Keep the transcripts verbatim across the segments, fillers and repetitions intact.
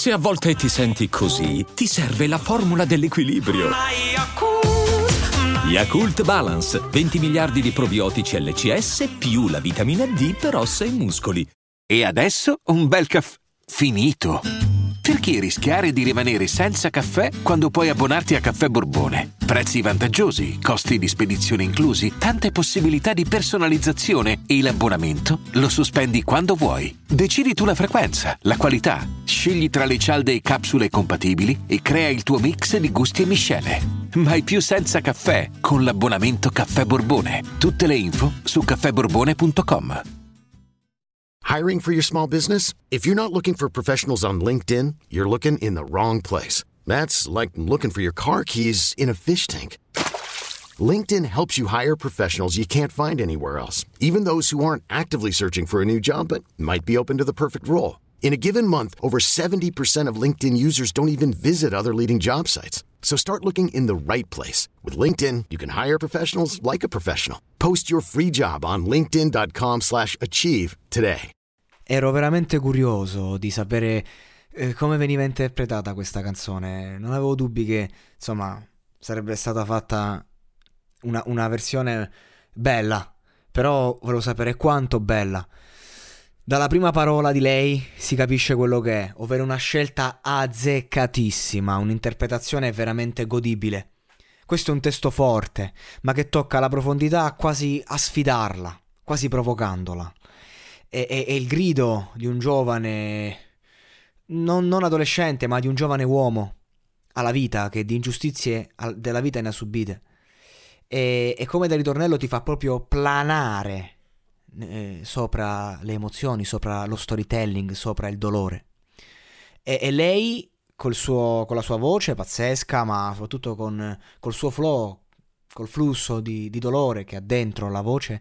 Se a volte ti senti così, ti serve la formula dell'equilibrio. Yakult Balance, venti miliardi di probiotici L C S più la vitamina D per ossa e muscoli. E adesso un bel caffè finito. Perché rischiare di rimanere senza caffè quando puoi abbonarti a Caffè Borbone? Prezzi vantaggiosi, costi di spedizione inclusi, tante possibilità di personalizzazione e l'abbonamento lo sospendi quando vuoi. Decidi tu la frequenza, la qualità, scegli tra le cialde e capsule compatibili e crea il tuo mix di gusti e miscele. Mai più senza caffè con l'abbonamento Caffè Borbone. Tutte le info su caffè borbone punto com. Hiring for your small business? If you're not looking for professionals on LinkedIn, you're looking in the wrong place. That's like looking for your car keys in a fish tank. LinkedIn helps you hire professionals you can't find anywhere else, even those who aren't actively searching for a new job but might be open to the perfect role. In a given month, over seventy percent of LinkedIn users don't even visit other leading job sites. So start looking in the right place. With LinkedIn, you can hire professionals like a professional. Post your free job on linkedin dot com slash achieve today. Ero veramente curioso di sapere eh, come veniva interpretata questa canzone. Non avevo dubbi che, insomma, sarebbe stata fatta una, una versione bella, però volevo sapere quanto bella. Dalla prima parola di lei si capisce quello che è, ovvero una scelta azzeccatissima, un'interpretazione veramente godibile. Questo è un testo forte, ma che tocca la profondità quasi a sfidarla, quasi provocandola. E, e, e il grido di un giovane, non, non adolescente, ma di un giovane uomo alla vita, che di ingiustizie della vita ne ha subite. E, e come da ritornello ti fa proprio planare eh, sopra le emozioni, sopra lo storytelling, sopra il dolore. E, e lei col suo, con la sua voce pazzesca, ma soprattutto con col suo flow, col flusso di, di dolore che ha dentro la voce,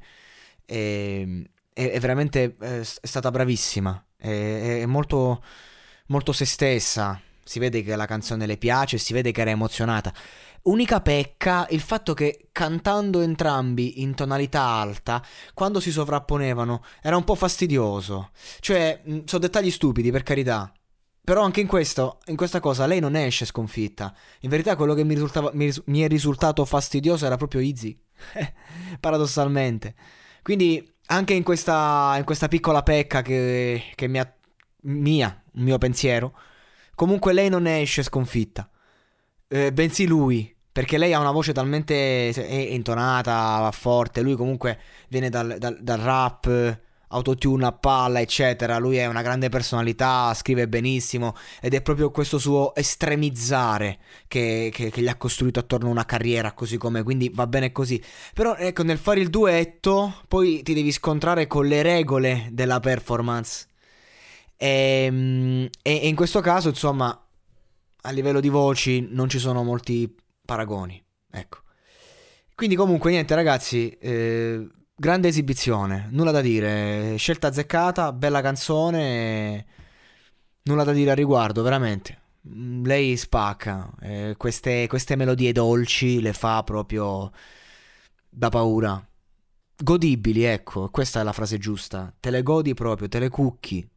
è, è, è veramente è, è stata bravissima, è, è molto, molto se stessa. Si vede che la canzone le piace, si vede che era emozionata. Unica pecca il fatto che cantando entrambi in tonalità alta, quando si sovrapponevano era un po' fastidioso. Cioè, sono dettagli stupidi, per carità, però anche in questo, in questa cosa lei non esce sconfitta. In verità quello che mi, risultava, mi, mi è risultato fastidioso era proprio Izzy, paradossalmente. Quindi anche in questa, in questa piccola pecca che, che mi ha, mia, un mio pensiero, comunque lei non ne esce sconfitta, eh, bensì lui, perché lei ha una voce talmente è intonata, forte. Lui comunque viene dal, dal, dal rap, autotune a palla, eccetera. Lui è una grande personalità, scrive benissimo, ed è proprio questo suo estremizzare che, che, che gli ha costruito attorno a una carriera così come, quindi va bene così. Però ecco, nel fare il duetto poi ti devi scontrare con le regole della performance. E, e in questo caso, insomma, a livello di voci non ci sono molti paragoni, ecco. Quindi comunque niente, ragazzi, eh, grande esibizione, nulla da dire, scelta azzeccata, bella canzone, nulla da dire al riguardo, veramente. Lei spacca, eh, queste, queste melodie dolci le fa proprio da paura, godibili, ecco, questa è la frase giusta, te le godi proprio, te le cucchi.